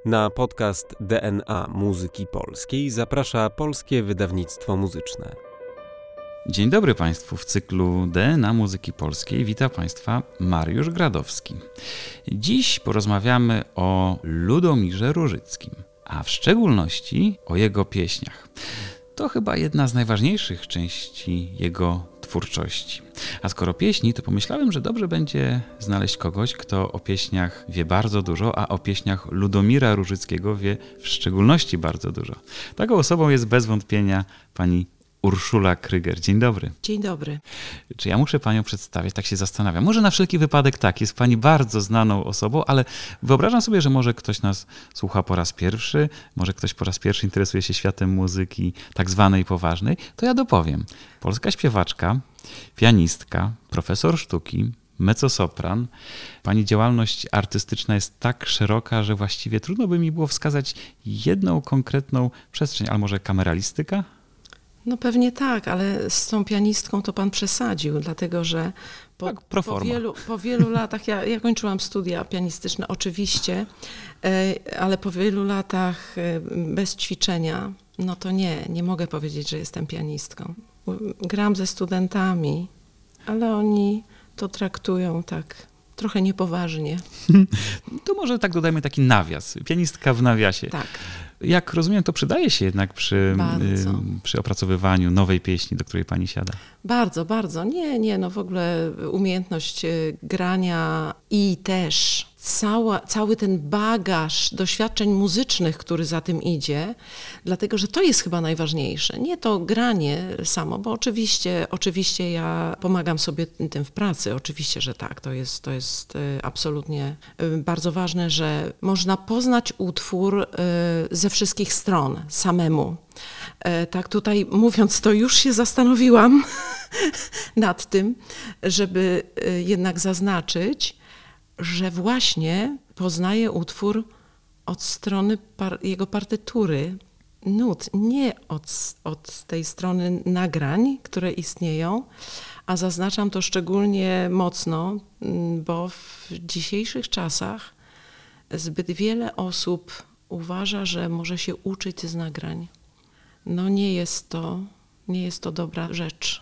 Na podcast DNA Muzyki Polskiej zaprasza Polskie Wydawnictwo Muzyczne. Dzień dobry Państwu. W cyklu DNA Muzyki Polskiej wita Państwa Mariusz Gradowski. Dziś porozmawiamy o Ludomirze Różyckim, a w szczególności o jego pieśniach. To chyba jedna z najważniejszych części jego twórczości. A skoro pieśni, to pomyślałem, że dobrze będzie znaleźć kogoś, kto o pieśniach wie bardzo dużo, a o pieśniach Ludomira Różyckiego wie w szczególności bardzo dużo. Taką osobą jest bez wątpienia pani Urszula Kryger. Dzień dobry. Dzień dobry. Czy ja muszę panią przedstawiać? Tak się zastanawiam. Może na wszelki wypadek tak, jest pani bardzo znaną osobą, ale wyobrażam sobie, że może ktoś nas słucha po raz pierwszy, może ktoś po raz pierwszy interesuje się światem muzyki tak zwanej poważnej. To ja dopowiem. Polska śpiewaczka, pianistka, profesor sztuki, mezzosopran. Pani działalność artystyczna jest tak szeroka, że właściwie trudno by mi było wskazać jedną konkretną przestrzeń, ale może kameralistyka? No pewnie tak, ale z tą pianistką to pan przesadził, dlatego że po wielu latach, ja kończyłam studia pianistyczne oczywiście, ale po wielu latach bez ćwiczenia, no to nie mogę powiedzieć, że jestem pianistką. Gram ze studentami, ale oni to traktują tak trochę niepoważnie. To może tak dodajmy taki nawias, pianistka w nawiasie. Tak. Jak rozumiem, to przydaje się jednak przy opracowywaniu nowej pieśni, do której pani siada. Bardzo, bardzo. Nie, no w ogóle umiejętność grania i też cały ten bagaż doświadczeń muzycznych, który za tym idzie, dlatego że to jest chyba najważniejsze. Nie to granie samo, bo oczywiście ja pomagam sobie tym w pracy, oczywiście, że tak, to jest absolutnie bardzo ważne, że można poznać utwór ze wszystkich stron samemu. Tak tutaj mówiąc to już się zastanowiłam nad tym, żeby jednak zaznaczyć, że właśnie poznaję utwór od strony jego partytury, nut, nie od tej strony nagrań, które istnieją, a zaznaczam to szczególnie mocno, bo w dzisiejszych czasach zbyt wiele osób uważa, że może się uczyć z nagrań. No nie jest to dobra rzecz.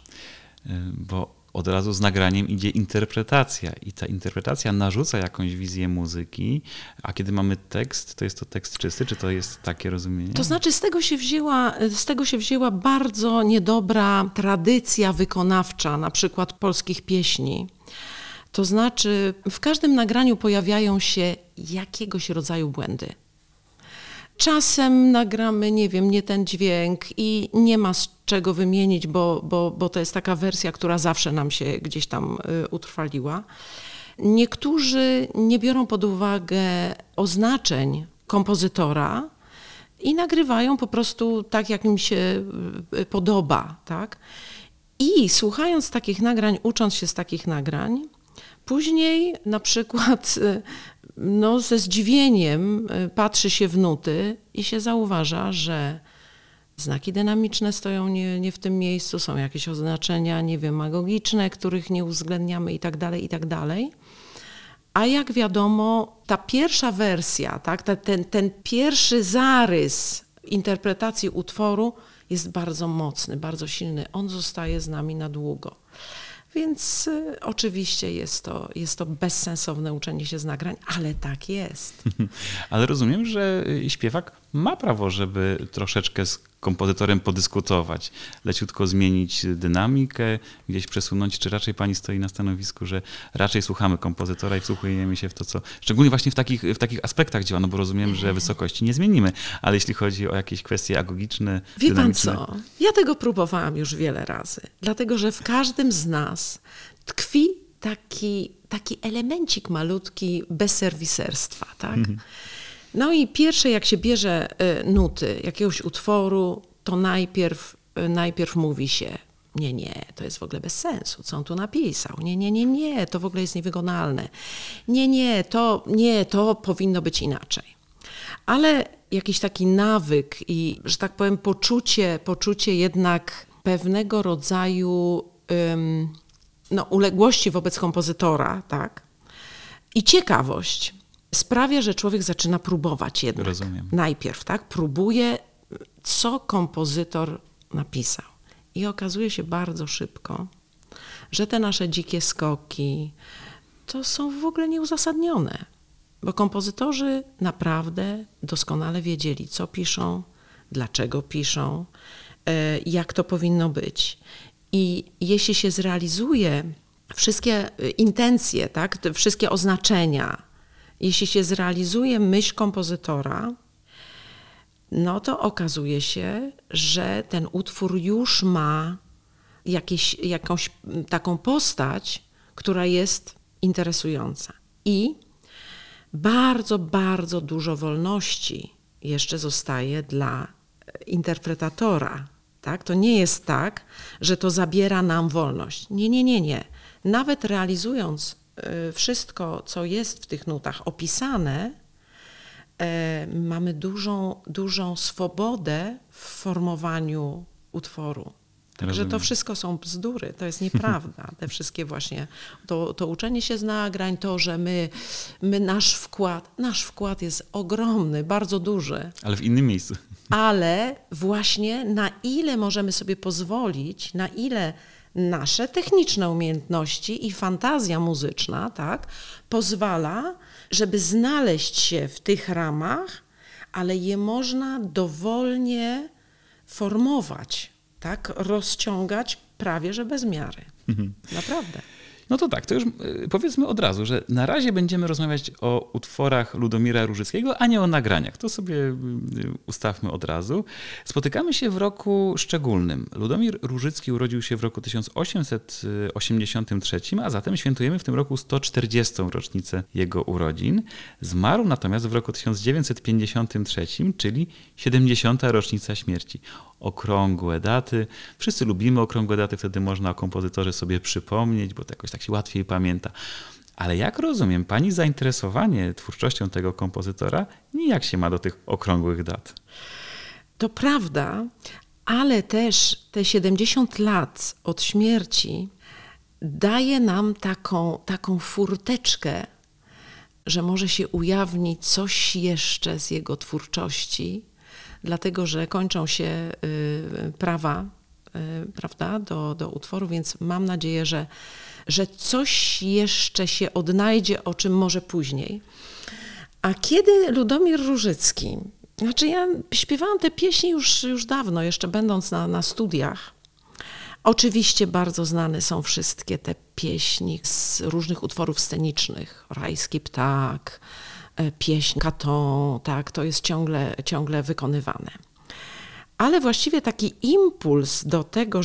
Bo od razu z nagraniem idzie interpretacja i ta interpretacja narzuca jakąś wizję muzyki, a kiedy mamy tekst, to jest to tekst czysty, czy to jest takie rozumienie? To znaczy z tego się wzięła bardzo niedobra tradycja wykonawcza, na przykład polskich pieśni. To znaczy w każdym nagraniu pojawiają się jakiegoś rodzaju błędy. Czasem nagramy, nie ten dźwięk i nie ma z czego wymienić, bo to jest taka wersja, która zawsze nam się gdzieś tam utrwaliła. Niektórzy nie biorą pod uwagę oznaczeń kompozytora i nagrywają po prostu tak, jak im się podoba, tak? I słuchając takich nagrań, ucząc się z takich nagrań, później na przykład ze zdziwieniem patrzy się w nuty i się zauważa, że znaki dynamiczne stoją nie w tym miejscu, są jakieś oznaczenia, magiczne, których nie uwzględniamy i tak dalej. A jak wiadomo, ta pierwsza wersja, tak, ten pierwszy zarys interpretacji utworu jest bardzo mocny, bardzo silny. On zostaje z nami na długo. Więc oczywiście jest to bezsensowne uczenie się z nagrań, ale tak jest. Ale rozumiem, że śpiewak ma prawo, żeby troszeczkę z kompozytorem podyskutować, leciutko zmienić dynamikę, gdzieś przesunąć, czy raczej pani stoi na stanowisku, że raczej słuchamy kompozytora i wsłuchujemy się w to, co... Szczególnie właśnie w takich aspektach działa, no bo rozumiem, że wysokości nie zmienimy, ale jeśli chodzi o jakieś kwestie agogiczne, wie pan co, ja tego próbowałam już wiele razy, dlatego że w każdym z nas tkwi taki elemencik malutki bezserwiserstwa, tak? No i pierwsze, jak się bierze nuty jakiegoś utworu, to najpierw mówi się, nie, to jest w ogóle bez sensu, co on tu napisał, nie, to w ogóle jest niewykonalne, to powinno być inaczej. Ale jakiś taki nawyk i, że tak powiem, poczucie jednak pewnego rodzaju uległości wobec kompozytora, tak? I ciekawość sprawia, że człowiek zaczyna próbować jednak. Rozumiem. Najpierw, tak? Próbuje, co kompozytor napisał. I okazuje się bardzo szybko, że te nasze dzikie skoki to są w ogóle nieuzasadnione. Bo kompozytorzy naprawdę doskonale wiedzieli, co piszą, dlaczego piszą, jak to powinno być. I jeśli się zrealizuje wszystkie intencje, tak, te wszystkie oznaczenia, jeśli się zrealizuje myśl kompozytora, no to okazuje się, że ten utwór już ma jakąś taką postać, która jest interesująca. I bardzo, bardzo dużo wolności jeszcze zostaje dla interpretatora. Tak? To nie jest tak, że to zabiera nam wolność. Nie. Nawet realizując wszystko, co jest w tych nutach opisane, mamy dużą swobodę w formowaniu utworu. Także to wszystko są bzdury, to jest nieprawda. Te wszystkie właśnie, to uczenie się z nagrań, to, że my nasz wkład jest ogromny, bardzo duży. Ale w innym miejscu. Ale właśnie na ile możemy sobie pozwolić, na ile nasze techniczne umiejętności i fantazja muzyczna, tak, pozwala, żeby znaleźć się w tych ramach, ale je można dowolnie formować, tak, rozciągać prawie że bez miary. Naprawdę. No to tak, to już powiedzmy od razu, że na razie będziemy rozmawiać o utworach Ludomira Różyckiego, a nie o nagraniach. To sobie ustawmy od razu. Spotykamy się w roku szczególnym. Ludomir Różycki urodził się w roku 1883, a zatem świętujemy w tym roku 140. rocznicę jego urodzin. Zmarł natomiast w roku 1953, czyli 70. rocznica śmierci. Okrągłe daty. Wszyscy lubimy okrągłe daty, wtedy można o kompozytorze sobie przypomnieć, bo to jakoś tak się łatwiej pamięta. Ale jak rozumiem, pani zainteresowanie twórczością tego kompozytora nijak się ma do tych okrągłych dat. To prawda, ale też te 70 lat od śmierci daje nam taką furteczkę, że może się ujawnić coś jeszcze z jego twórczości, dlatego że kończą się prawa, prawda, do utworu, więc mam nadzieję, że coś jeszcze się odnajdzie, o czym może później. A kiedy Ludomir Różycki, znaczy ja śpiewałam te pieśni już dawno, jeszcze będąc na studiach. Oczywiście bardzo znane są wszystkie te pieśni z różnych utworów scenicznych. Rajski ptak, pieśń Katon, tak, to jest ciągle wykonywane. Ale właściwie taki impuls do tego,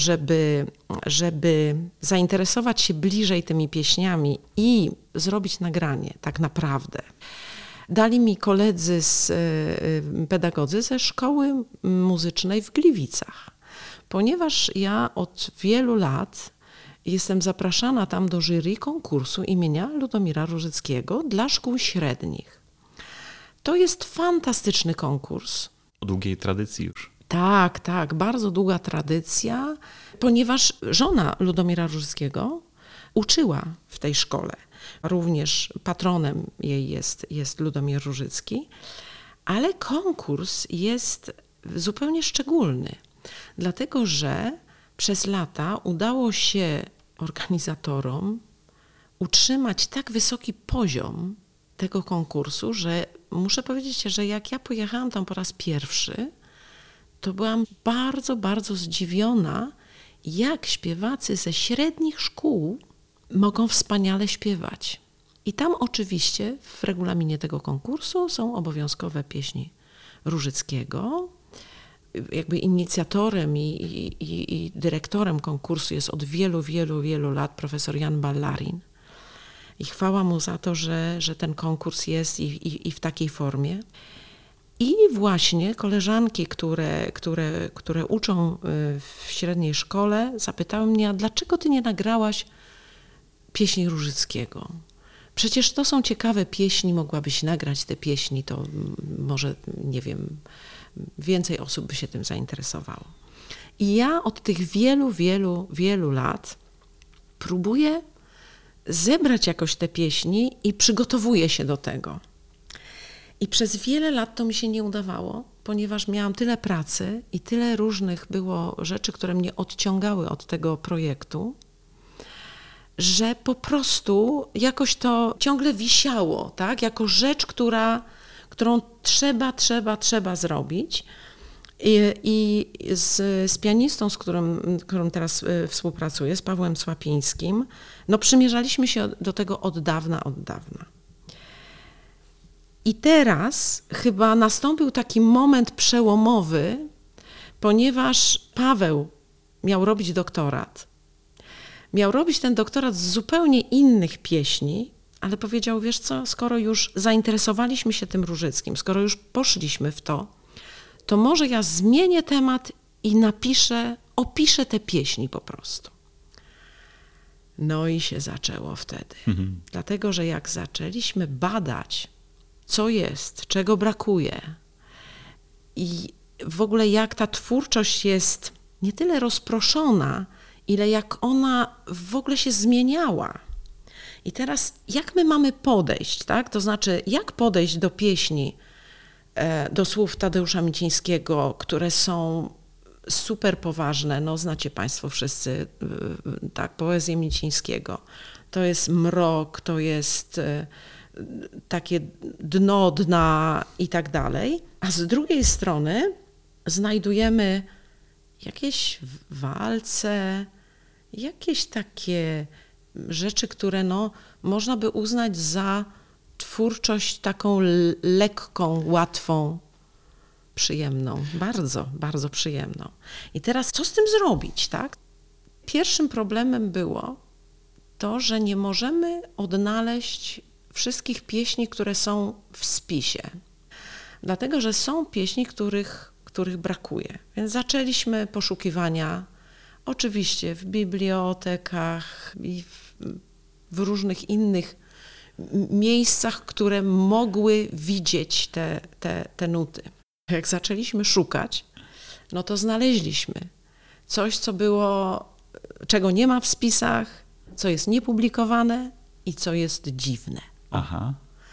żeby zainteresować się bliżej tymi pieśniami i zrobić nagranie tak naprawdę, dali mi koledzy pedagodzy ze szkoły muzycznej w Gliwicach. Ponieważ ja od wielu lat jestem zapraszana tam do jury konkursu imienia Ludomira Różyckiego dla szkół średnich. To jest fantastyczny konkurs. O długiej tradycji już. Tak, bardzo długa tradycja, ponieważ żona Ludomira Różyckiego uczyła w tej szkole. Również patronem jej jest Ludomir Różycki, ale konkurs jest zupełnie szczególny, dlatego że przez lata udało się organizatorom utrzymać tak wysoki poziom tego konkursu, że muszę powiedzieć, że jak ja pojechałam tam po raz pierwszy, to byłam bardzo, bardzo zdziwiona, jak śpiewacy ze średnich szkół mogą wspaniale śpiewać. I tam oczywiście w regulaminie tego konkursu są obowiązkowe pieśni Różyckiego. Jakby inicjatorem i dyrektorem konkursu jest od wielu lat profesor Jan Ballarin. I chwała mu za to, że ten konkurs jest i w takiej formie. I właśnie koleżanki, które uczą w średniej szkole, zapytały mnie, a dlaczego ty nie nagrałaś pieśni Różyckiego? Przecież to są ciekawe pieśni, mogłabyś nagrać te pieśni, to może, nie wiem, więcej osób by się tym zainteresowało. I ja od tych wielu lat próbuję zebrać jakoś te pieśni i przygotowuję się do tego. I przez wiele lat to mi się nie udawało, ponieważ miałam tyle pracy i tyle różnych było rzeczy, które mnie odciągały od tego projektu, że po prostu jakoś to ciągle wisiało, tak? Jako rzecz, którą trzeba zrobić. I z pianistą, z którym teraz współpracuję, z Pawłem Słapińskim, no przymierzaliśmy się do tego od dawna. I teraz chyba nastąpił taki moment przełomowy, ponieważ Paweł miał robić doktorat. Miał robić ten doktorat z zupełnie innych pieśni, ale powiedział, wiesz co, skoro już zainteresowaliśmy się tym Różyckim, skoro już poszliśmy w to może ja zmienię temat i opiszę te pieśni po prostu. No i się zaczęło wtedy. Dlatego, że jak zaczęliśmy badać, co jest, czego brakuje i w ogóle jak ta twórczość jest nie tyle rozproszona, ile jak ona w ogóle się zmieniała. I teraz jak my mamy podejść, tak? To znaczy jak podejść do pieśni, do słów Tadeusza Micińskiego, które są super poważne, no znacie Państwo wszyscy, tak, poezję Micińskiego. To jest mrok, to jest takie dno dna i tak dalej. A z drugiej strony znajdujemy jakieś walce, jakieś takie rzeczy, które no, można by uznać za twórczość taką lekką, łatwą, przyjemną, bardzo, bardzo przyjemną. I teraz co z tym zrobić, tak? Pierwszym problemem było to, że nie możemy odnaleźć wszystkich pieśni, które są w spisie. Dlatego, że są pieśni, których brakuje. Więc zaczęliśmy poszukiwania, oczywiście w bibliotekach i w różnych innych miejscach, które mogły widzieć te nuty. Jak zaczęliśmy szukać, no to znaleźliśmy coś, czego nie ma w spisach, co jest niepublikowane i co jest dziwne. Aha.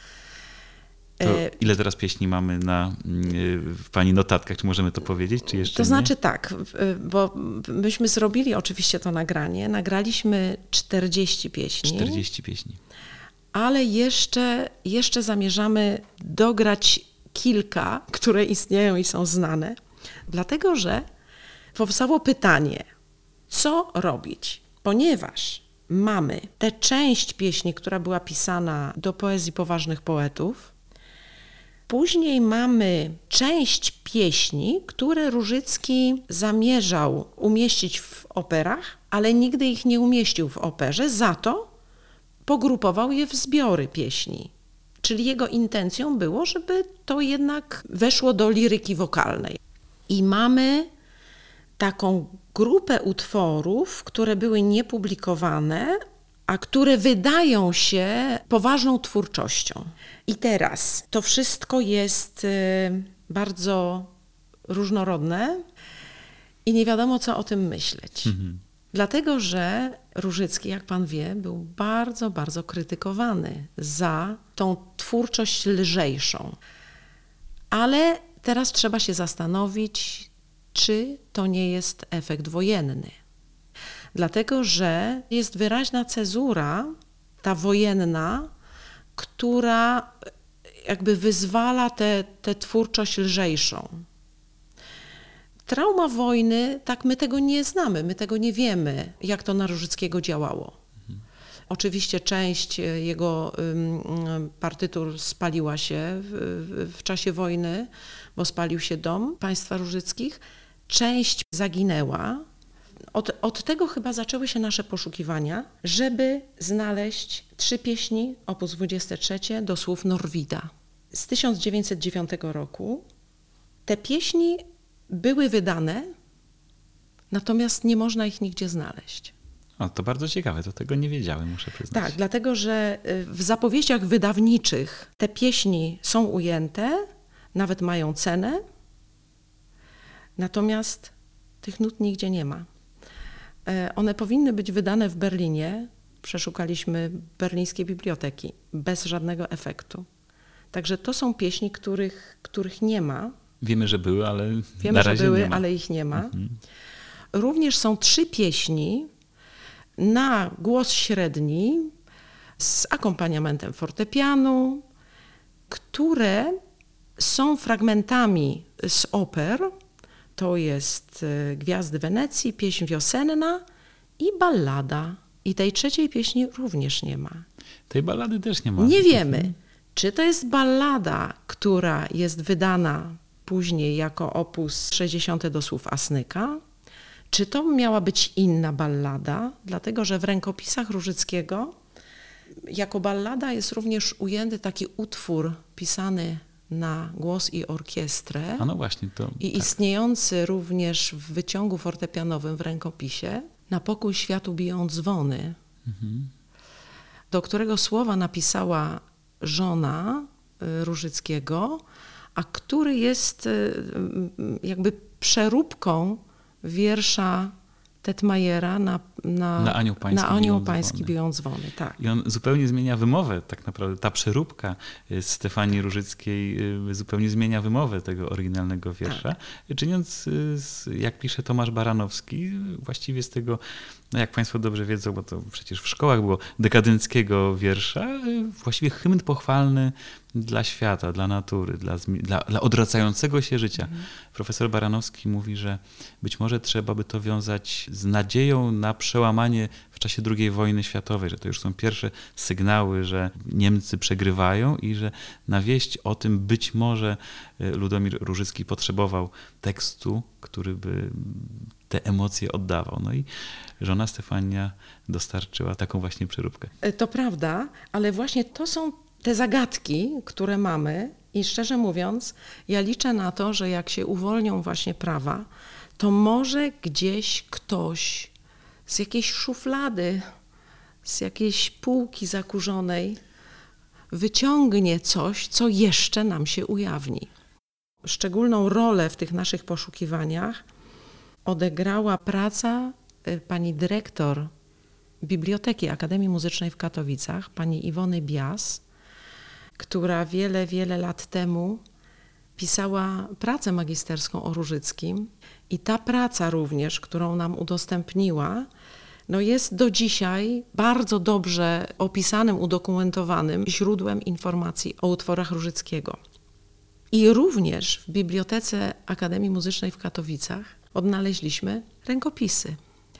To ile teraz pieśni mamy w Pani notatkach? Czy możemy to powiedzieć, czy jeszcze To nie? znaczy tak, bo myśmy zrobili oczywiście to nagranie, nagraliśmy 40 pieśni. 40 pieśni. Ale jeszcze zamierzamy dograć kilka, które istnieją i są znane, dlatego że powstało pytanie, co robić, ponieważ mamy tę część pieśni, która była pisana do poezji poważnych poetów, później mamy część pieśni, które Różycki zamierzał umieścić w operach, ale nigdy ich nie umieścił w operze, za to pogrupował je w zbiory pieśni. Czyli jego intencją było, żeby to jednak weszło do liryki wokalnej. I mamy taką grupę utworów, które były niepublikowane, a które wydają się poważną twórczością. I teraz to wszystko jest bardzo różnorodne i nie wiadomo, co o tym myśleć. Dlatego, że Różycki, jak pan wie, był bardzo, bardzo krytykowany za tą twórczość lżejszą. Ale teraz trzeba się zastanowić, czy to nie jest efekt wojenny. Dlatego, że jest wyraźna cezura, ta wojenna, która jakby wyzwala tę twórczość lżejszą. Trauma wojny, tak my tego nie znamy, my tego nie wiemy, jak to na Różyckiego działało. Oczywiście część jego partytur spaliła się w czasie wojny, bo spalił się dom państwa Różyckich. Część zaginęła. Od tego chyba zaczęły się nasze poszukiwania, żeby znaleźć 3 pieśni, op. 23, do słów Norwida. Z 1909 roku te pieśni były wydane, natomiast nie można ich nigdzie znaleźć. O, to bardzo ciekawe, to tego nie wiedziałem, muszę przyznać. Tak, dlatego że w zapowiedziach wydawniczych te pieśni są ujęte, nawet mają cenę, natomiast tych nut nigdzie nie ma. One powinny być wydane w Berlinie. Przeszukaliśmy berlińskie biblioteki bez żadnego efektu. Także to są pieśni, których nie ma. Wiemy, że były, ale Wiemy, na że razie były, nie ma. ale ich nie ma. Również są 3 pieśni na głos średni z akompaniamentem fortepianu, które są fragmentami z oper. To jest Gwiazdy Wenecji, pieśń wiosenna i ballada. I tej 3 pieśni również nie ma. Tej ballady też nie ma. Nie wiemy, czy to jest ballada, która jest wydana później jako opus 60 do słów Asnyka, czy to miała być inna ballada, dlatego że w rękopisach Różyckiego jako ballada jest również ujęty taki utwór pisany na głos i orkiestrę A no właśnie, to i tak. istniejący również w wyciągu fortepianowym w rękopisie Na pokój światu biją dzwony, do którego słowa napisała żona Różyckiego, a który jest jakby przeróbką wiersza Tetmajera Na Anioł Pański biją dzwony. Tak. I on zupełnie zmienia wymowę, tak naprawdę. Ta przeróbka Stefanii Różyckiej zupełnie zmienia wymowę tego oryginalnego wiersza, czyniąc, jak pisze Tomasz Baranowski, właściwie z tego, no jak Państwo dobrze wiedzą, bo to przecież w szkołach było, dekadenckiego wiersza, właściwie hymn pochwalny dla świata, dla natury, dla odracającego się życia. Profesor Baranowski mówi, że być może trzeba by to wiązać z nadzieją na przełamanie w czasie II wojny światowej, że to już są pierwsze sygnały, że Niemcy przegrywają i że na wieść o tym być może Ludomir Różycki potrzebował tekstu, który by te emocje oddawał. No i żona Stefania dostarczyła taką właśnie przeróbkę. To prawda, ale właśnie to są te zagadki, które mamy i szczerze mówiąc, ja liczę na to, że jak się uwolnią właśnie prawa, to może gdzieś ktoś z jakiejś szuflady, z jakiejś półki zakurzonej wyciągnie coś, co jeszcze nam się ujawni. Szczególną rolę w tych naszych poszukiwaniach odegrała praca pani dyrektor Biblioteki Akademii Muzycznej w Katowicach, pani Iwony Bias, która wiele lat temu pisała pracę magisterską o Różyckim i ta praca również, którą nam udostępniła, no jest do dzisiaj bardzo dobrze opisanym, udokumentowanym źródłem informacji o utworach Różyckiego. I również w Bibliotece Akademii Muzycznej w Katowicach odnaleźliśmy rękopisy.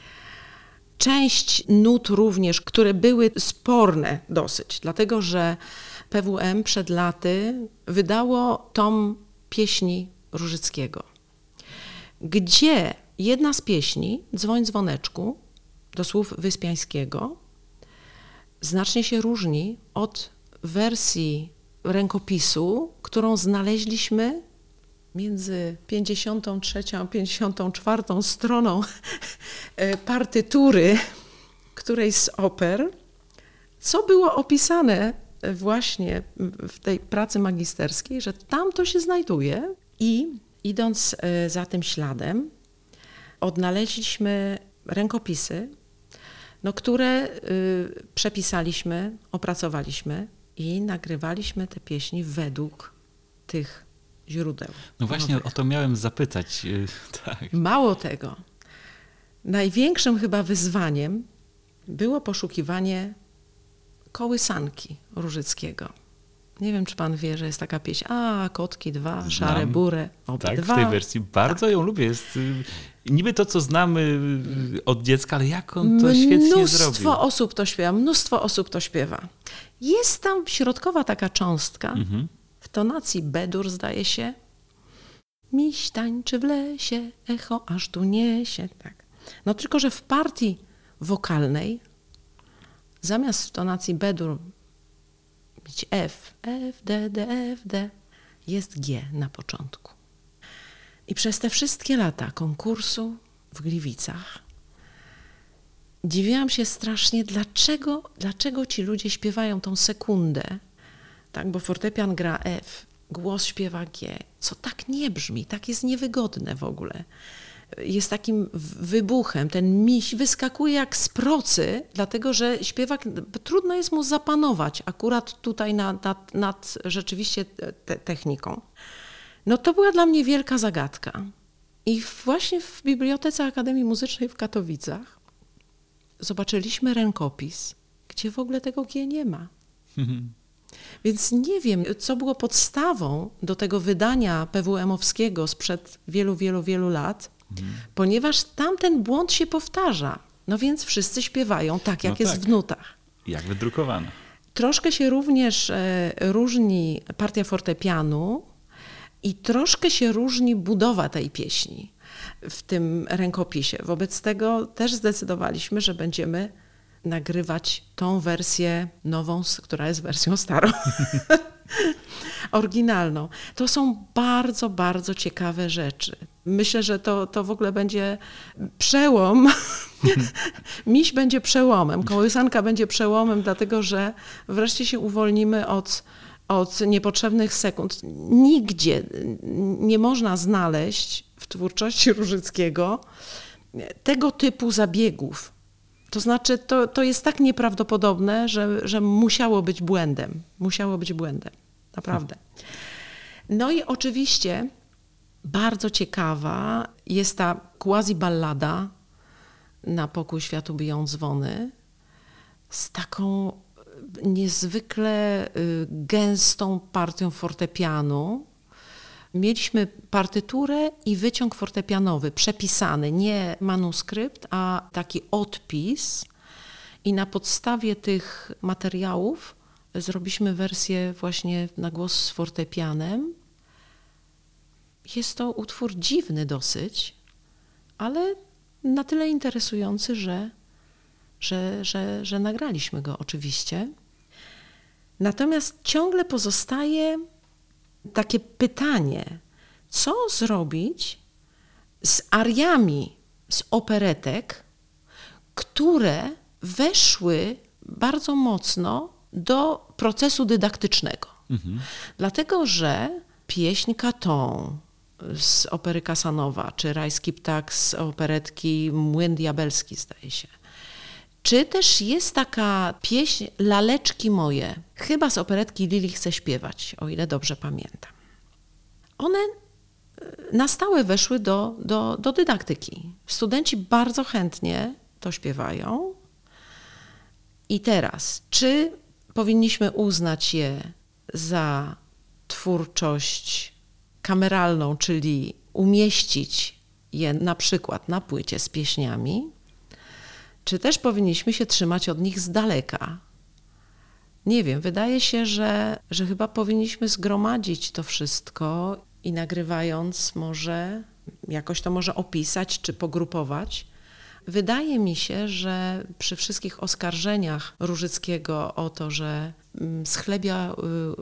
Część nut również, które były sporne dosyć, dlatego że PWM przed laty wydało tom pieśni Różyckiego, gdzie jedna z pieśni, Dzwoń dzwoneczku, do słów Wyspiańskiego, znacznie się różni od wersji rękopisu, którą znaleźliśmy między 53. a 54. stroną partytury którejś z oper, co było opisane właśnie w tej pracy magisterskiej, że tam to się znajduje i idąc za tym śladem odnaleźliśmy rękopisy, no, które przepisaliśmy, opracowaliśmy i nagrywaliśmy te pieśni według tych źródeł. No właśnie nowych. o to miałem zapytać. Tak. Mało tego, największym chyba wyzwaniem było poszukiwanie kołysanki Różyckiego. Nie wiem, czy pan wie, że jest taka pieśń, kotki dwa, szare burę, Tak, dwa. w tej wersji bardzo ją lubię. Jest niby to, co znamy od dziecka, ale jak on to świetnie zrobił. Mnóstwo osób to śpiewa. Jest tam środkowa taka cząstka, w tonacji B-dur zdaje się. Miś tańczy w lesie, echo aż tu niesie. Tak. No tylko, że w partii wokalnej zamiast w tonacji B-dur mieć F, D, F, D, jest G na początku. I przez te wszystkie lata konkursu w Gliwicach dziwiłam się strasznie, dlaczego ci ludzie śpiewają tą sekundę, tak, bo fortepian gra F, głos śpiewa G, co tak nie brzmi, tak jest niewygodne w ogóle. jest takim wybuchem. Ten miś wyskakuje jak z procy, dlatego że śpiewak, trudno jest mu zapanować akurat tutaj nad rzeczywiście techniką. No to była dla mnie wielka zagadka. I właśnie w Bibliotece Akademii Muzycznej w Katowicach zobaczyliśmy rękopis, gdzie w ogóle tego G nie ma. Więc nie wiem, co było podstawą do tego wydania PWM-owskiego sprzed wielu, wielu, wielu lat, ponieważ tamten błąd się powtarza. No więc wszyscy śpiewają tak, jak jest w nutach. Jak wydrukowane. Troszkę się również różni partia fortepianu i troszkę się różni budowa tej pieśni w tym rękopisie. Wobec tego też zdecydowaliśmy, że będziemy nagrywać tą wersję nową, która jest wersją starą, oryginalną. To są bardzo, bardzo ciekawe rzeczy. Myślę, że to w ogóle będzie przełom. Miś będzie przełomem, kołysanka będzie przełomem, dlatego że wreszcie się uwolnimy od niepotrzebnych sekund. Nigdzie nie można znaleźć w twórczości Różyckiego tego typu zabiegów. To znaczy, to jest tak nieprawdopodobne, że musiało być błędem. Musiało być błędem. Naprawdę. No i oczywiście bardzo ciekawa jest ta quasi-ballada Na pokój światu biją dzwony z taką niezwykle gęstą partią fortepianu. Mieliśmy partyturę i wyciąg fortepianowy, przepisany, nie manuskrypt, a taki odpis. I na podstawie tych materiałów zrobiliśmy wersję właśnie na głos z fortepianem. Jest to utwór dziwny dosyć, ale na tyle interesujący, że nagraliśmy go oczywiście. Natomiast ciągle pozostaje takie pytanie, co zrobić z ariami z operetek, które weszły bardzo mocno do procesu dydaktycznego. Dlatego, że pieśń Caton z opery Kasanowa, czy Rajski ptak z operetki Młyn diabelski, zdaje się. Czy też jest taka pieśń Laleczki moje, chyba z operetki Lili chce śpiewać, o ile dobrze pamiętam. One na stałe weszły do dydaktyki. Studenci bardzo chętnie to śpiewają. I teraz, czy powinniśmy uznać je za twórczość kameralną, czyli umieścić je na przykład na płycie z pieśniami, czy też powinniśmy się trzymać od nich z daleka? Nie wiem, wydaje się, że chyba powinniśmy zgromadzić to wszystko i nagrywając może jakoś to może opisać czy pogrupować. Wydaje mi się, że przy wszystkich oskarżeniach Różyckiego o to, że schlebia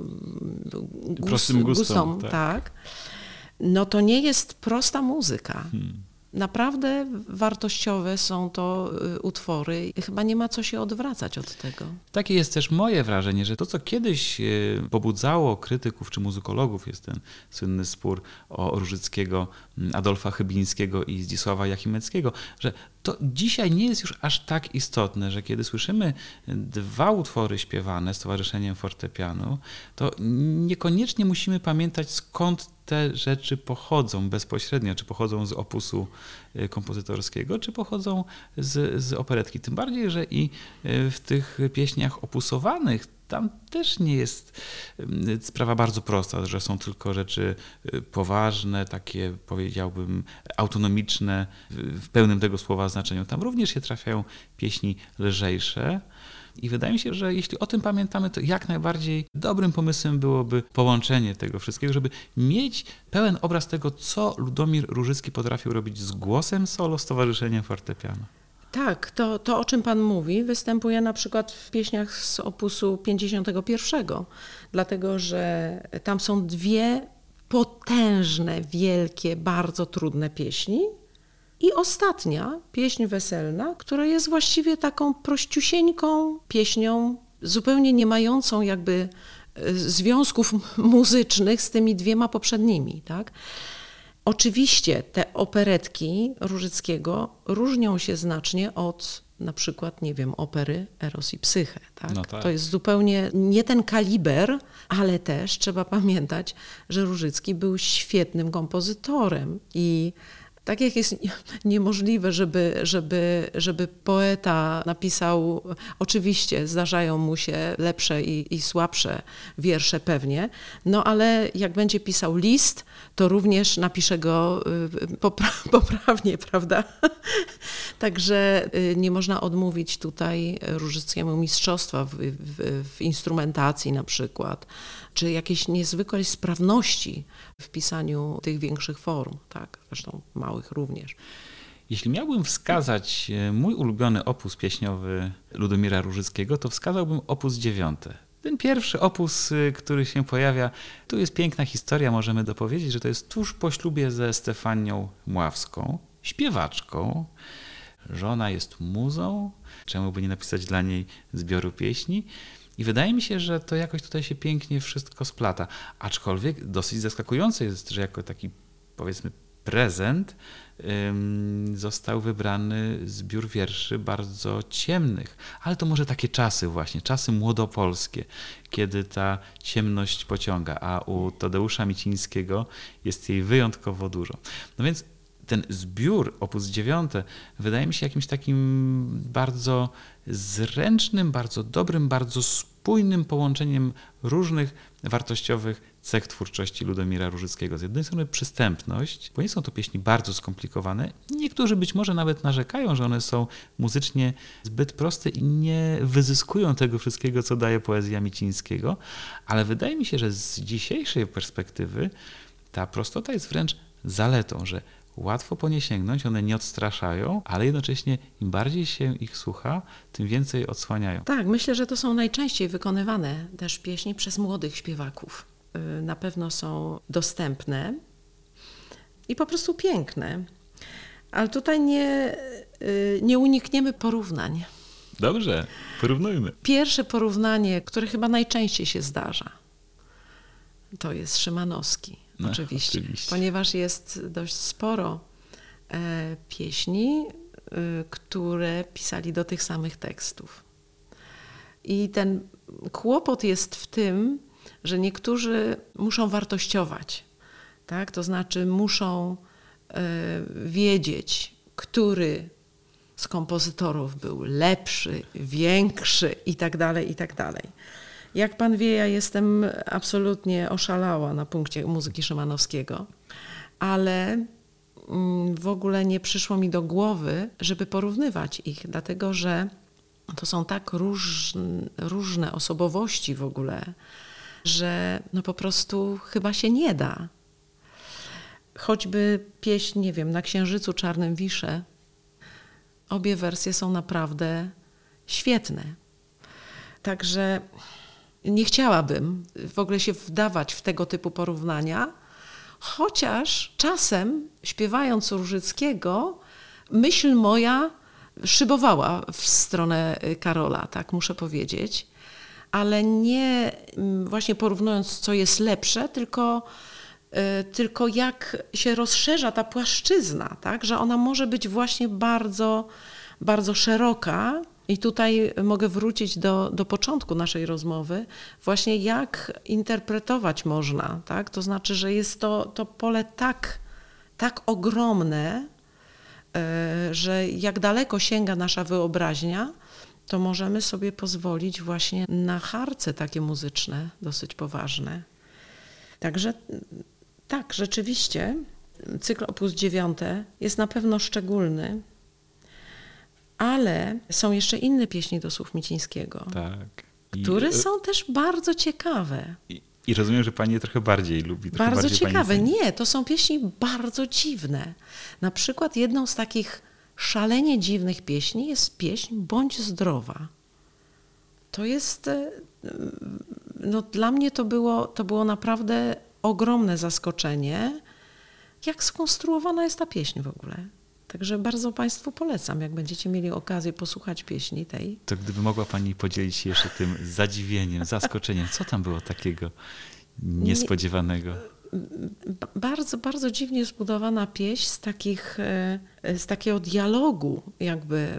prostym gustom, tak, no to nie jest prosta muzyka. Naprawdę wartościowe są to utwory i chyba nie ma co się odwracać od tego. Takie jest też moje wrażenie, że to, co kiedyś pobudzało krytyków czy muzykologów, jest ten słynny spór o Różyckiego, Adolfa Chybińskiego i Zdzisława Jachimeckiego, że to dzisiaj nie jest już aż tak istotne, że kiedy słyszymy dwa utwory śpiewane z Towarzyszeniem Fortepianu, to niekoniecznie musimy pamiętać, skąd te rzeczy pochodzą bezpośrednio, czy pochodzą z opusu kompozytorskiego, czy pochodzą z operetki. Tym bardziej, że i w tych pieśniach opusowanych tam też nie jest sprawa bardzo prosta, że są tylko rzeczy poważne, takie powiedziałbym autonomiczne w pełnym tego słowa znaczeniu. Tam również się trafiają pieśni lżejsze. I wydaje mi się, że jeśli o tym pamiętamy, to jak najbardziej dobrym pomysłem byłoby połączenie tego wszystkiego, żeby mieć pełen obraz tego, co Ludomir Różycki potrafił robić z głosem solo, z Towarzyszeniem Fortepianu. Tak, to o czym pan mówi występuje na przykład w pieśniach z opusu 51, dlatego że tam są dwie potężne, wielkie, bardzo trudne pieśni i ostatnia, pieśń weselna, która jest właściwie taką prościusieńką pieśnią, zupełnie nie mającą jakby związków muzycznych z tymi dwiema poprzednimi, tak? Oczywiście te operetki Różyckiego różnią się znacznie od na przykład, nie wiem, opery Eros i Psyche. Tak? No tak. To jest zupełnie nie ten kaliber, ale też trzeba pamiętać, że Różycki był świetnym kompozytorem i tak jak jest niemożliwe, żeby poeta napisał, oczywiście zdarzają mu się lepsze i słabsze wiersze pewnie, no ale jak będzie pisał list, to również napisze go poprawnie, prawda? Także nie można odmówić tutaj Różyckiemu mistrzostwa w instrumentacji na przykład, czy jakiejś niezwykłej sprawności w pisaniu tych większych form, tak? Zresztą małych również. Jeśli miałbym wskazać mój ulubiony opus pieśniowy Ludomira Różyckiego, to wskazałbym opus 9. Ten pierwszy opus, który się pojawia, tu jest piękna historia, możemy dopowiedzieć, że to jest tuż po ślubie ze Stefanią Mławską, śpiewaczką. Żona jest muzą, czemu by nie napisać dla niej zbioru pieśni? I wydaje mi się, że to jakoś tutaj się pięknie wszystko splata. Aczkolwiek dosyć zaskakujące jest, że jako taki, powiedzmy, prezent został wybrany zbiór wierszy bardzo ciemnych. Ale to może takie czasy właśnie, czasy młodopolskie, kiedy ta ciemność pociąga, a u Tadeusza Micińskiego jest jej wyjątkowo dużo. No więc ten zbiór, opus 9, wydaje mi się jakimś takim bardzo zręcznym, bardzo dobrym, bardzo spójnym połączeniem różnych wartościowych cech twórczości Ludomira Różyckiego. Z jednej strony przystępność, bo nie są to pieśni bardzo skomplikowane. Niektórzy być może nawet narzekają, że one są muzycznie zbyt proste i nie wyzyskują tego wszystkiego, co daje poezja Micińskiego, ale wydaje mi się, że z dzisiejszej perspektywy ta prostota jest wręcz zaletą, że łatwo po nie sięgnąć, one nie odstraszają, ale jednocześnie im bardziej się ich słucha, tym więcej odsłaniają. Tak, myślę, że to są najczęściej wykonywane też pieśni przez młodych śpiewaków. Na pewno są dostępne i po prostu piękne. Ale tutaj nie unikniemy porównań. Dobrze, porównujmy. Pierwsze porównanie, które chyba najczęściej się zdarza, to jest Szymanowski. No, oczywiście, ponieważ jest dość sporo pieśni, które pisali do tych samych tekstów. I ten kłopot jest w tym, że niektórzy muszą wartościować, tak? To znaczy muszą wiedzieć, który z kompozytorów był lepszy, większy i tak dalej, i tak dalej. Jak pan wie, ja jestem absolutnie oszalała na punkcie muzyki Szymanowskiego, ale w ogóle nie przyszło mi do głowy, żeby porównywać ich, dlatego że to są tak różne osobowości w ogóle, że no po prostu chyba się nie da. Choćby pieśń, nie wiem, Na księżycu czarnym wiszę, obie wersje są naprawdę świetne. Także nie chciałabym w ogóle się wdawać w tego typu porównania, chociaż czasem śpiewając Różyckiego, myśl moja szybowała w stronę Karola, tak muszę powiedzieć, ale nie właśnie porównując, co jest lepsze, tylko jak się rozszerza ta płaszczyzna, tak, że ona może być właśnie bardzo, bardzo szeroka. I tutaj mogę wrócić do początku naszej rozmowy, właśnie jak interpretować można, tak? To znaczy, że jest to pole tak ogromne, że jak daleko sięga nasza wyobraźnia, to możemy sobie pozwolić właśnie na harce takie muzyczne, dosyć poważne. Także tak, rzeczywiście cykl opus 9 jest na pewno szczególny, ale są jeszcze inne pieśni do słów Micińskiego, tak. które są też bardzo ciekawe. I rozumiem, że pani je trochę bardziej lubi. Bardzo ciekawe. Nie, to są pieśni bardzo dziwne. Na przykład jedną z takich szalenie dziwnych pieśni jest pieśń Bądź zdrowa. To jest, no dla mnie to było naprawdę ogromne zaskoczenie, jak skonstruowana jest ta pieśń w ogóle. Także bardzo Państwu polecam, jak będziecie mieli okazję posłuchać pieśni tej. To gdyby mogła Pani podzielić się jeszcze tym zadziwieniem, zaskoczeniem, co tam było takiego niespodziewanego? bardzo, bardzo dziwnie zbudowana pieśń z takiego dialogu jakby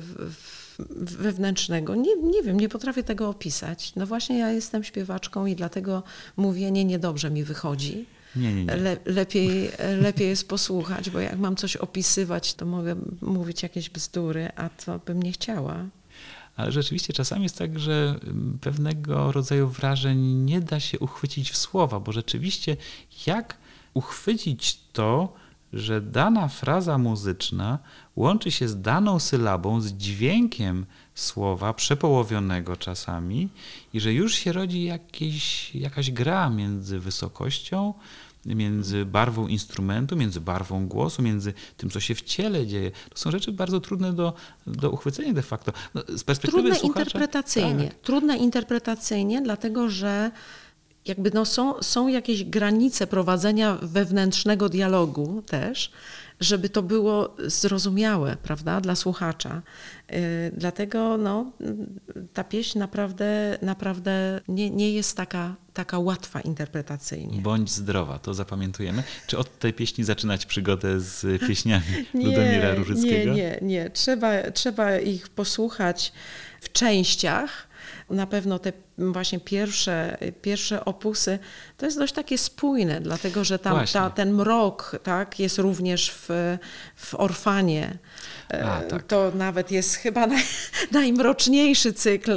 wewnętrznego. Nie wiem, nie potrafię tego opisać. No właśnie ja jestem śpiewaczką i dlatego mówienie niedobrze mi wychodzi. Nie. Lepiej jest posłuchać, bo jak mam coś opisywać, to mogę mówić jakieś bzdury, a to bym nie chciała. Ale rzeczywiście czasami jest tak, że pewnego rodzaju wrażeń nie da się uchwycić w słowa, bo rzeczywiście jak uchwycić to, że dana fraza muzyczna łączy się z daną sylabą, z dźwiękiem słowa, przepołowionego czasami i że już się rodzi jakaś gra między wysokością, między barwą instrumentu, między barwą głosu, między tym, co się w ciele dzieje. To są rzeczy bardzo trudne do uchwycenia de facto. No, z perspektywy Trudne słuchacza, interpretacyjnie. Tak. Trudne interpretacyjnie, dlatego że jakby są jakieś granice prowadzenia wewnętrznego dialogu też, żeby to było zrozumiałe, prawda, dla słuchacza. Dlatego ta pieśń naprawdę nie jest taka łatwa interpretacyjnie. Bądź zdrowa, to zapamiętujemy. Czy od tej pieśni zaczynać przygodę z pieśniami Ludomira Różyckiego? Nie. Trzeba ich posłuchać w częściach. Na pewno te właśnie pierwsze opusy to jest dość takie spójne, dlatego że tam ten mrok, tak, jest również w Orfanie. Tak. To nawet jest chyba najmroczniejszy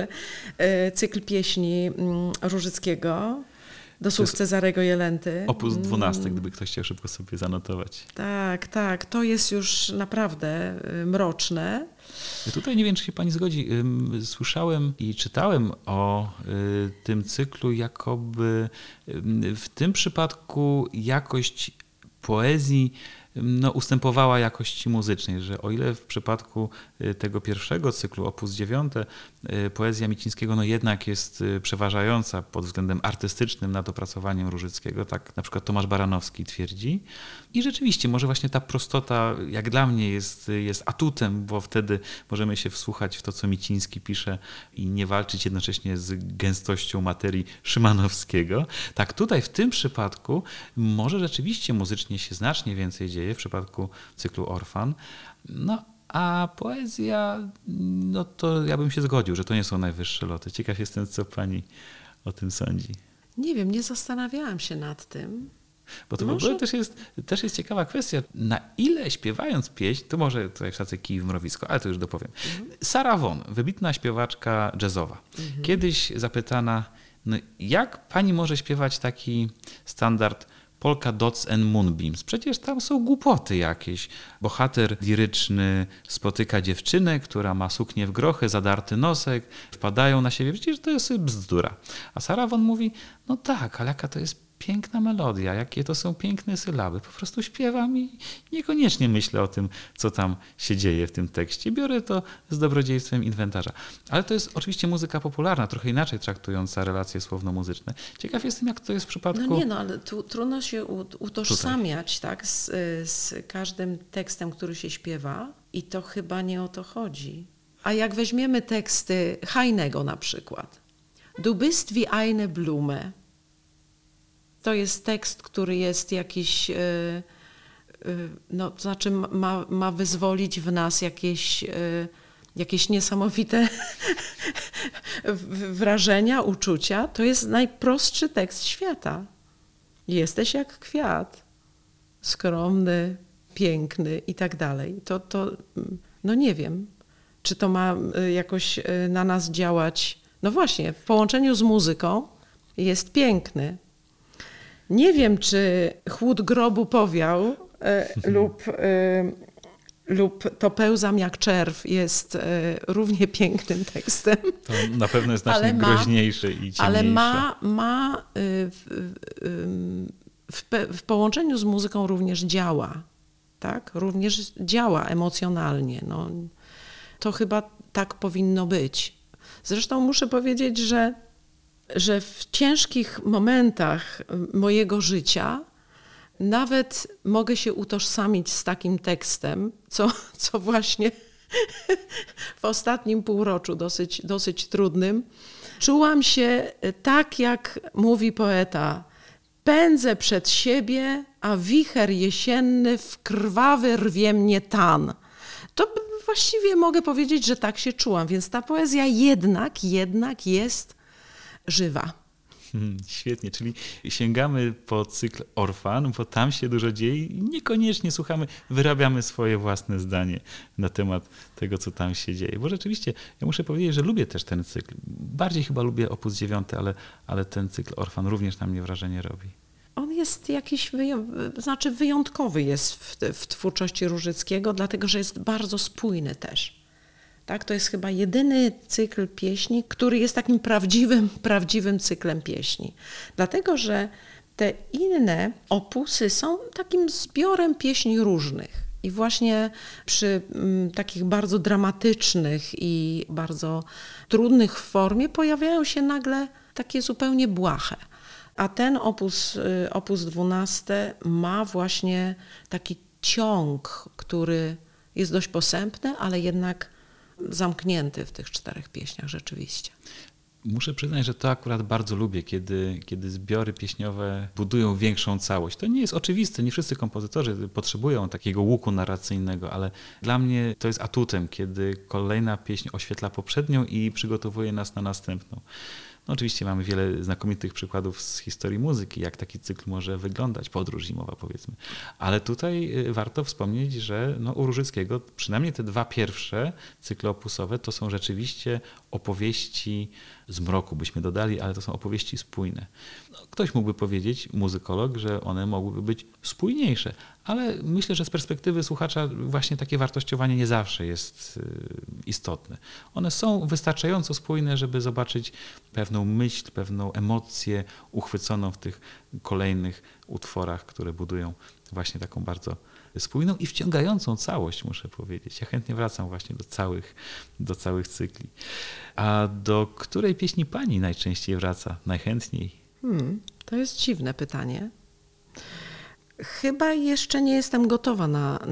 cykl pieśni Różyckiego do słów Cezarego Jelenty. Opus 12, gdyby ktoś chciał szybko sobie zanotować. Tak, to jest już naprawdę mroczne. Tutaj nie wiem, czy się pani zgodzi. Słyszałem i czytałem o tym cyklu, jakoby w tym przypadku jakość poezji ustępowała jakości muzycznej, że o ile w przypadku tego pierwszego cyklu, opus 9, poezja Micińskiego jednak jest przeważająca pod względem artystycznym nad opracowaniem Różyckiego, tak na przykład Tomasz Baranowski twierdzi. I rzeczywiście może właśnie ta prostota jak dla mnie jest atutem, bo wtedy możemy się wsłuchać w to, co Miciński pisze i nie walczyć jednocześnie z gęstością materii Szymanowskiego. Tak tutaj w tym przypadku może rzeczywiście muzycznie się znacznie więcej dzieje w przypadku cyklu Orfan. A poezja, to ja bym się zgodził, że to nie są najwyższe loty. Ciekaw jestem, co pani o tym sądzi. Nie wiem, nie zastanawiałam się nad tym. Bo to w ogóle też jest ciekawa kwestia, na ile śpiewając pieśń, to może tutaj wsadzę kij w mrowisko, ale to już dopowiem. Sarah Vaughan, wybitna śpiewaczka jazzowa, kiedyś zapytana, jak pani może śpiewać taki standard Polka Dots and Moonbeams? Przecież tam są głupoty jakieś. Bohater liryczny spotyka dziewczynę, która ma suknię w grochy, zadarty nosek, wpadają na siebie. Przecież to jest bzdura. A Sarah Vaughan mówi, tak, ale jaka to jest piękna melodia, jakie to są piękne sylaby. Po prostu śpiewam i niekoniecznie myślę o tym, co tam się dzieje w tym tekście. Biorę to z dobrodziejstwem inwentarza. Ale to jest oczywiście muzyka popularna, trochę inaczej traktująca relacje słowno-muzyczne. Ciekaw jestem, jak to jest w przypadku... ale tu trudno się utożsamiać tak, z każdym tekstem, który się śpiewa i to chyba nie o to chodzi. A jak weźmiemy teksty Heinego na przykład. Du bist wie eine Blume. To jest tekst, który jest jakiś, to znaczy ma wyzwolić w nas jakieś niesamowite wrażenia, uczucia. To jest najprostszy tekst świata. Jesteś jak kwiat, skromny, piękny i tak dalej. Nie wiem, czy to ma jakoś na nas działać. No właśnie, w połączeniu z muzyką jest piękny. Nie wiem, czy Chłód grobu powiał lub To pełzam jak czerw jest równie pięknym tekstem. To na pewno jest znacznie groźniejsze i ciemniejsze. Ale ma w połączeniu z muzyką również działa. Tak? Również działa emocjonalnie. To chyba tak powinno być. Zresztą muszę powiedzieć, że w ciężkich momentach mojego życia nawet mogę się utożsamić z takim tekstem, co właśnie w ostatnim półroczu dosyć trudnym. Czułam się tak, jak mówi poeta, Pędzę przed siebie, a wicher jesienny w krwawy rwie mnie tan. To właściwie mogę powiedzieć, że tak się czułam, więc ta poezja jednak jest żywa. Świetnie, czyli sięgamy po cykl Orfan, bo tam się dużo dzieje i niekoniecznie słuchamy, wyrabiamy swoje własne zdanie na temat tego, co tam się dzieje. Bo rzeczywiście, ja muszę powiedzieć, że lubię też ten cykl. Bardziej chyba lubię Opus 9, ale ten cykl Orfan również na mnie wrażenie robi. On jest jakiś, wyjątkowy jest w twórczości Różyckiego, dlatego że jest bardzo spójny też. Tak, to jest chyba jedyny cykl pieśni, który jest takim prawdziwym cyklem pieśni. Dlatego, że te inne opusy są takim zbiorem pieśni różnych. I właśnie przy takich bardzo dramatycznych i bardzo trudnych w formie pojawiają się nagle takie zupełnie błahe. A ten opus 12 ma właśnie taki ciąg, który jest dość posępny, ale jednak zamknięty w tych 4 pieśniach rzeczywiście. Muszę przyznać, że to akurat bardzo lubię, kiedy zbiory pieśniowe budują większą całość. To nie jest oczywiste, nie wszyscy kompozytorzy potrzebują takiego łuku narracyjnego, ale dla mnie to jest atutem, kiedy kolejna pieśń oświetla poprzednią i przygotowuje nas na następną. No oczywiście mamy wiele znakomitych przykładów z historii muzyki, jak taki cykl może wyglądać, podróż zimowa powiedzmy. Ale tutaj warto wspomnieć, że u Różyckiego przynajmniej te 2 pierwsze cykle opusowe to są rzeczywiście opowieści z mroku, byśmy dodali, ale to są opowieści spójne. Ktoś mógłby powiedzieć, muzykolog, że one mogłyby być spójniejsze, ale myślę, że z perspektywy słuchacza właśnie takie wartościowanie nie zawsze jest istotne. One są wystarczająco spójne, żeby zobaczyć pewną myśl, pewną emocję uchwyconą w tych kolejnych utworach, które budują właśnie taką bardzo spójną i wciągającą całość, muszę powiedzieć. Ja chętnie wracam właśnie do całych cykli. A do której pieśni pani najczęściej wraca? Najchętniej? To jest dziwne pytanie. Chyba jeszcze nie jestem gotowa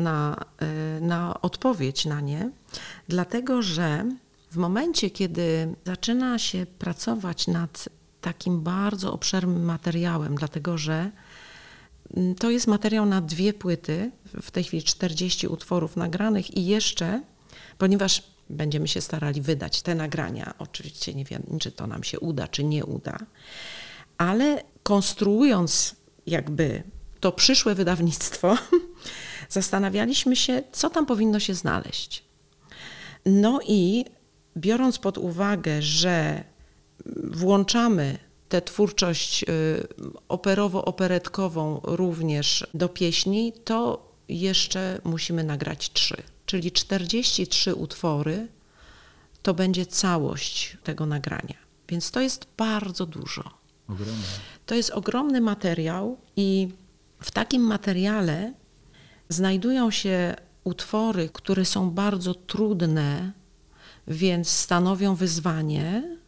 na odpowiedź na nie, dlatego że w momencie, kiedy zaczyna się pracować nad takim bardzo obszernym materiałem, dlatego że to jest materiał na 2 płyty, w tej chwili 40 utworów nagranych i jeszcze, ponieważ będziemy się starali wydać te nagrania, oczywiście nie wiem, czy to nam się uda, czy nie uda, ale konstruując jakby to przyszłe wydawnictwo, zastanawialiśmy się, co tam powinno się znaleźć. No i biorąc pod uwagę, że włączamy tę twórczość operowo-operetkową również do pieśni, to jeszcze musimy nagrać 3. Czyli 43 utwory to będzie całość tego nagrania. Więc to jest bardzo dużo. Ogromne. To jest ogromny materiał i w takim materiale znajdują się utwory, które są bardzo trudne, więc stanowią wyzwanie.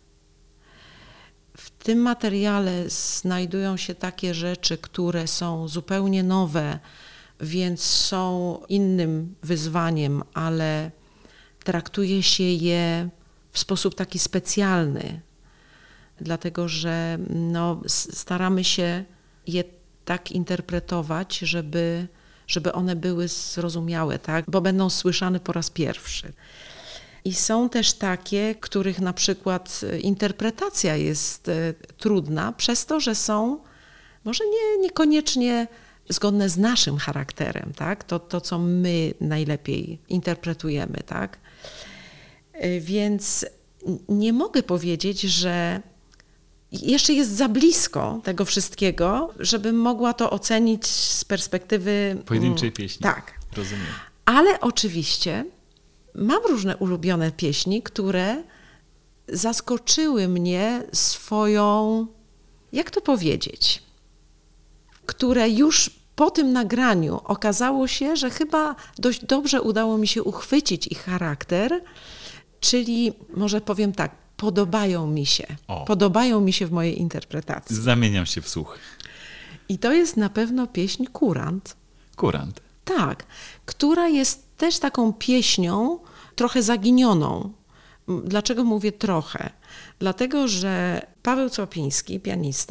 W tym materiale znajdują się takie rzeczy, które są zupełnie nowe, więc są innym wyzwaniem, ale traktuje się je w sposób taki specjalny, dlatego że staramy się je tak interpretować, żeby one były zrozumiałe, tak? Bo będą słyszane po raz pierwszy. I są też takie, których na przykład interpretacja jest trudna, przez to, że są może niekoniecznie zgodne z naszym charakterem, tak? To, co my najlepiej interpretujemy, tak? Więc nie mogę powiedzieć, że jeszcze jest za blisko tego wszystkiego, żebym mogła to ocenić z perspektywy pojedynczej pieśni. Tak. Rozumiem. Ale oczywiście mam różne ulubione pieśni, które zaskoczyły mnie swoją, jak to powiedzieć, które już po tym nagraniu okazało się, że chyba dość dobrze udało mi się uchwycić ich charakter, czyli może powiem tak, podobają mi się w mojej interpretacji. Zamieniam się w słuch. I to jest na pewno pieśń Kurant. Kurant. Tak, która jest też taką pieśnią trochę zaginioną. Dlaczego mówię trochę? Dlatego, że Paweł Cłapiński, pianista,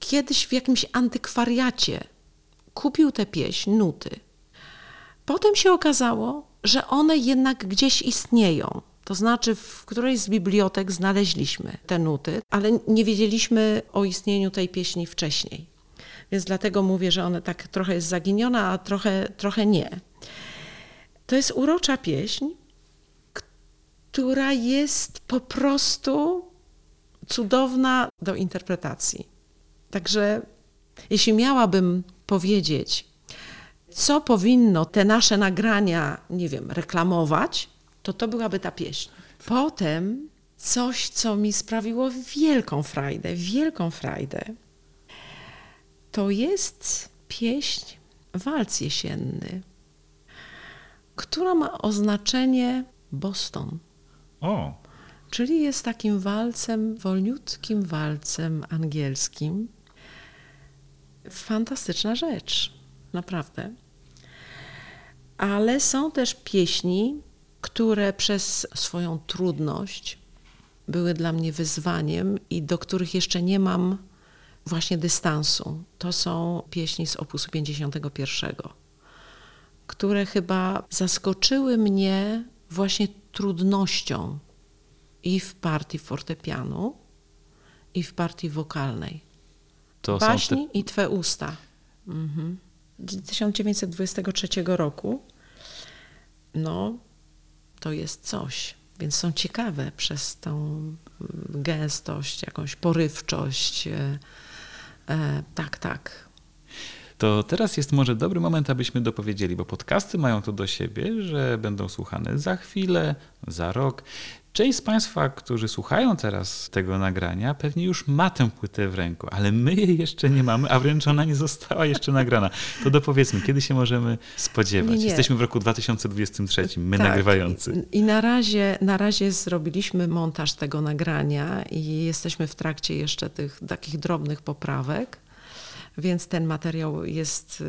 kiedyś w jakimś antykwariacie kupił tę pieśń, nuty. Potem się okazało, że one jednak gdzieś istnieją. To znaczy w którejś z bibliotek znaleźliśmy te nuty, ale nie wiedzieliśmy o istnieniu tej pieśni wcześniej. Więc dlatego mówię, że ona tak trochę jest zaginiona, a trochę nie. To jest urocza pieśń, która jest po prostu cudowna do interpretacji. Także jeśli miałabym powiedzieć, co powinno te nasze nagrania, nie wiem, reklamować, to byłaby ta pieśń. Potem coś, co mi sprawiło wielką frajdę, to jest pieśń Walc jesienny, która ma oznaczenie Boston. O, Czyli jest takim walcem, wolniutkim walcem angielskim. Fantastyczna rzecz, naprawdę. Ale są też pieśni, które przez swoją trudność były dla mnie wyzwaniem i do których jeszcze nie mam właśnie dystansu. To są pieśni z opusu 51, które chyba zaskoczyły mnie właśnie trudnością i w partii fortepianu, i w partii wokalnej. To Baśni i Twe usta. Z 1923 roku. No, to jest coś. Więc są ciekawe przez tą gęstość, jakąś porywczość. Tak. To teraz jest może dobry moment, abyśmy dopowiedzieli, bo podcasty mają to do siebie, że będą słuchane za chwilę, za rok. Część z Państwa, którzy słuchają teraz tego nagrania, pewnie już ma tę płytę w ręku, ale my jej jeszcze nie mamy, a wręcz ona nie została jeszcze nagrana. To dopowiedzmy, kiedy się możemy spodziewać? Nie. Jesteśmy w roku 2023, my Tak. nagrywający. I na razie zrobiliśmy montaż tego nagrania i jesteśmy w trakcie jeszcze tych takich drobnych poprawek, więc ten materiał jest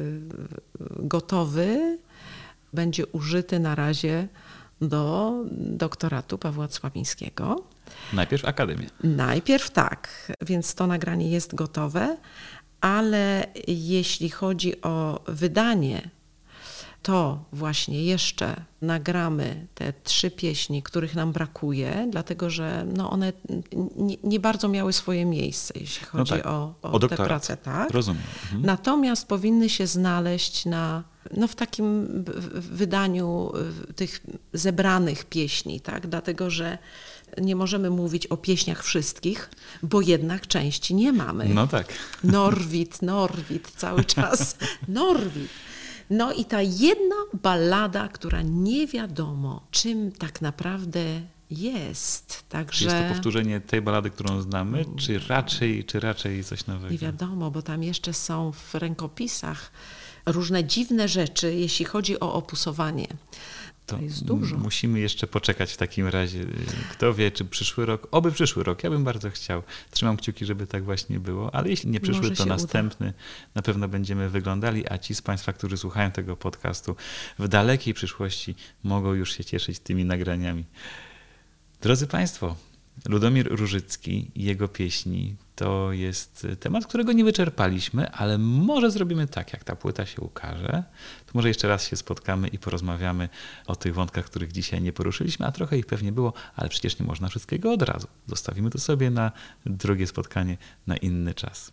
gotowy, będzie użyty na razie do doktoratu Pawła Sławińskiego. Najpierw Akademię. Najpierw tak, więc to nagranie jest gotowe, ale jeśli chodzi o wydanie, to właśnie jeszcze nagramy te 3 pieśni, których nam brakuje, dlatego że one nie bardzo miały swoje miejsce, jeśli chodzi o tę pracę. Tak? Rozumiem. Natomiast powinny się znaleźć w takim wydaniu tych zebranych pieśni, tak? Dlatego że nie możemy mówić o pieśniach wszystkich, bo jednak części nie mamy. No tak. Norwid, cały czas Norwid. No i ta jedna ballada, która nie wiadomo, czym tak naprawdę jest. Także Czy jest to powtórzenie tej ballady, którą znamy, czy raczej coś nowego? nie wiadomo, bo tam jeszcze są w rękopisach różne dziwne rzeczy, jeśli chodzi o opusowanie. To jest dużo. Musimy jeszcze poczekać w takim razie. Kto wie, czy przyszły rok, oby przyszły rok, ja bym bardzo chciał. Trzymam kciuki, żeby tak właśnie było, ale jeśli nie przyszły, Może to się następny uda. na pewno będziemy wyglądali, a ci z Państwa, którzy słuchają tego podcastu w dalekiej przyszłości mogą już się cieszyć tymi nagraniami. Drodzy Państwo, Ludomir Różycki i jego pieśni to jest temat, którego nie wyczerpaliśmy, ale może zrobimy tak, jak ta płyta się ukaże, to może jeszcze raz się spotkamy i porozmawiamy o tych wątkach, których dzisiaj nie poruszyliśmy, a trochę ich pewnie było, ale przecież nie można wszystkiego od razu. Zostawimy to sobie na drugie spotkanie, na inny czas.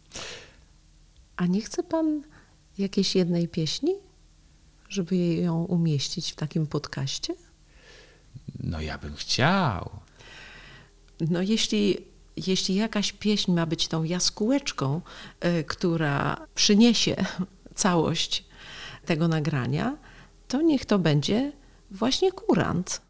A nie chce pan jakiejś jednej pieśni, żeby ją umieścić w takim podcaście? No ja bym chciał. No jeśli jakaś pieśń ma być tą jaskółeczką, która przyniesie całość tego nagrania, to niech to będzie właśnie kurant.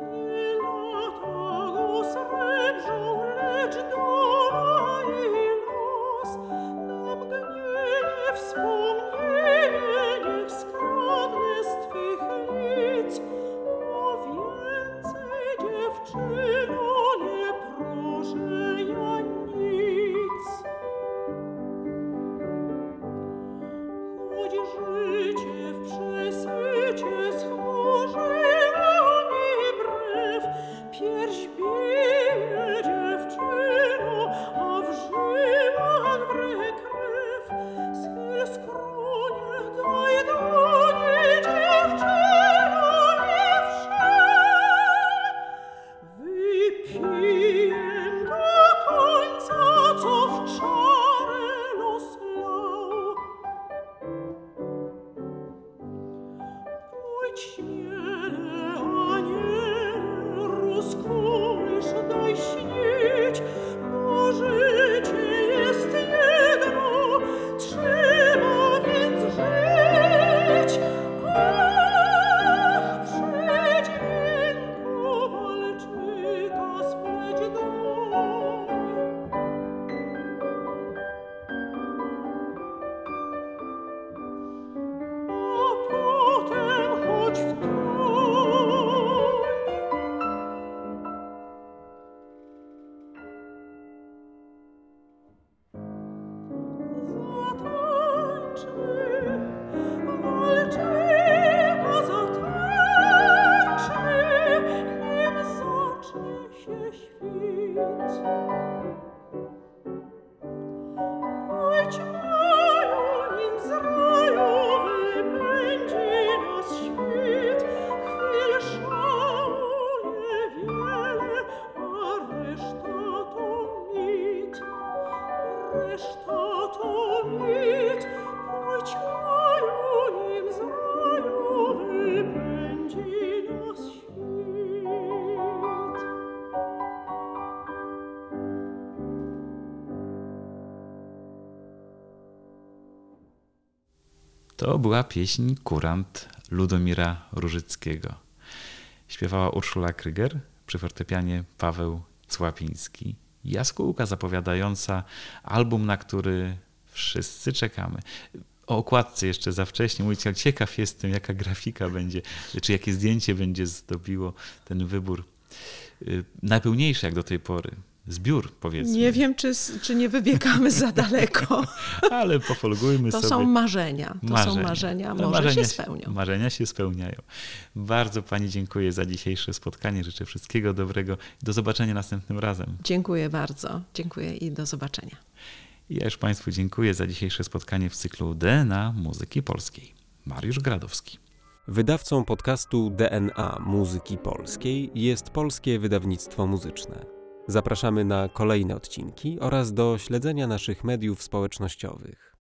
Srebrzą, lecz dola i To była pieśń Kurant Ludomira Różyckiego. Śpiewała Urszula Kryger, przy fortepianie Paweł Cłapiński. Jaskółka zapowiadająca album, na który wszyscy czekamy. O okładce jeszcze za wcześnie mówić, ale ciekaw jestem, jaka grafika będzie, czy jakie zdjęcie będzie zdobiło ten wybór. Najpełniejszy jak do tej pory. Zbiór, powiedzmy. Nie wiem, czy nie wybiegamy za daleko. Ale pofolgujmy sobie. To są marzenia. Są marzenia. Może się spełnią. Marzenia się spełniają. Bardzo Pani dziękuję za dzisiejsze spotkanie. Życzę wszystkiego dobrego. Do zobaczenia następnym razem. Dziękuję bardzo. Dziękuję i do zobaczenia. I ja już Państwu dziękuję za dzisiejsze spotkanie w cyklu DNA Muzyki Polskiej. Mariusz Gradowski. Wydawcą podcastu DNA Muzyki Polskiej jest Polskie Wydawnictwo Muzyczne. Zapraszamy na kolejne odcinki oraz do śledzenia naszych mediów społecznościowych.